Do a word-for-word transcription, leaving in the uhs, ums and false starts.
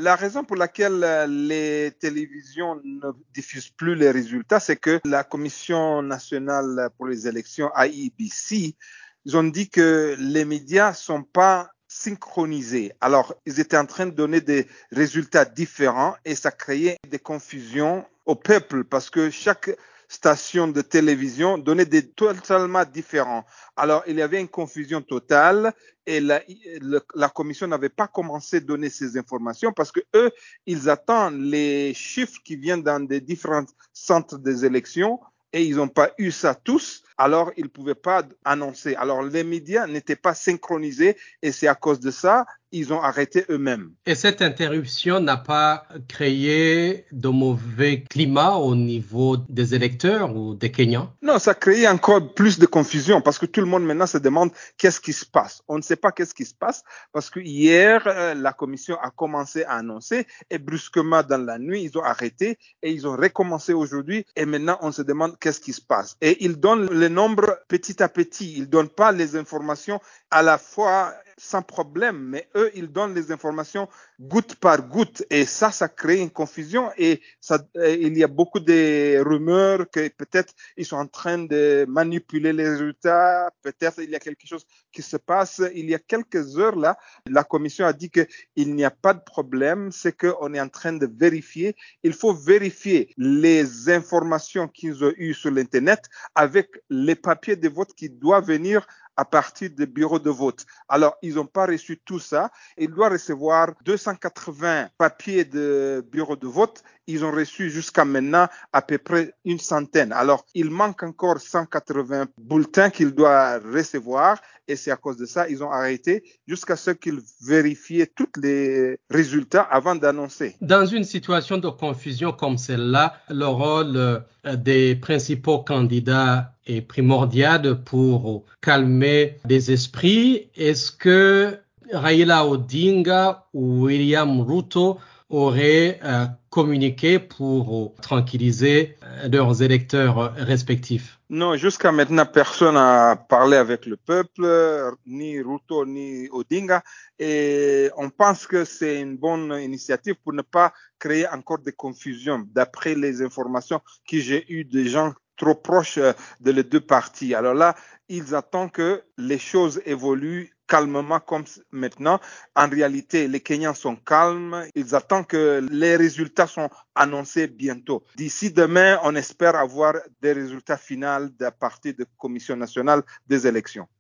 la raison pour laquelle euh, les télévisions ne diffusent plus les résultats, c'est que la Commission nationale pour les élections, I E B C, ils ont dit que les médias sont pas synchronisés. Alors, ils étaient en train de donner des résultats différents et ça créait des confusions au peuple parce que chaque station de télévision donnait des totalement différents. Alors, il y avait une confusion totale et la, le, la commission n'avait pas commencé à donner ces informations parce que eux, ils attendent les chiffres qui viennent dans des différents centres des élections et ils n'ont pas eu ça tous. Alors, ils ne pouvaient pas annoncer. Alors, les médias n'étaient pas synchronisés et c'est à cause de ça ils ont arrêté eux-mêmes. Et cette interruption n'a pas créé de mauvais climat au niveau des électeurs ou des Kenyans? Non, ça a créé encore plus de confusion parce que tout le monde maintenant se demande qu'est-ce qui se passe. On ne sait pas qu'est-ce qui se passe parce que hier, euh, la commission a commencé à annoncer et brusquement dans la nuit, ils ont arrêté et ils ont recommencé aujourd'hui et maintenant on se demande qu'est-ce qui se passe. Et ils donnent le nombre petit à petit. Ils ne donnent pas les informations à la fois sans problème, mais eux, ils donnent les informations goutte par goutte et ça, ça crée une confusion et ça, il y a beaucoup de rumeurs que peut-être ils sont en train de manipuler les résultats, peut-être il y a quelque chose qui se passe. Il y a quelques heures là, la commission a dit qu'il n'y a pas de problème, c'est qu'on est en train de vérifier. Il faut vérifier les informations qu'ils ont eues sur l'Internet avec les papiers de vote qui doivent venir à partir des bureaux de vote. Alors, ils n'ont pas reçu tout ça. Ils doivent recevoir deux cent quatre-vingts papiers de bureaux de vote. Ils ont reçu jusqu'à maintenant à peu près une centaine. Alors, il manque encore cent quatre-vingts bulletins qu'ils doivent recevoir et c'est à cause de ça ils ont arrêté jusqu'à ce qu'ils vérifient tous les résultats avant d'annoncer. Dans une situation de confusion comme celle-là, le rôle des principaux candidats est primordial pour calmer les esprits. Est-ce que Raila Odinga ou William Ruto auraient euh, communiqué pour tranquilliser leurs électeurs respectifs? Non, jusqu'à maintenant, personne n'a parlé avec le peuple, ni Ruto, ni Odinga. Et on pense que c'est une bonne initiative pour ne pas créer encore de confusion, d'après les informations que j'ai eues des gens trop proches de les deux partis. Alors là, ils attendent que les choses évoluent calmement comme maintenant. En réalité, les Kenyans sont calmes. Ils attendent que les résultats soient annoncés bientôt. D'ici demain, on espère avoir des résultats finaux de partir de la Commission nationale des élections.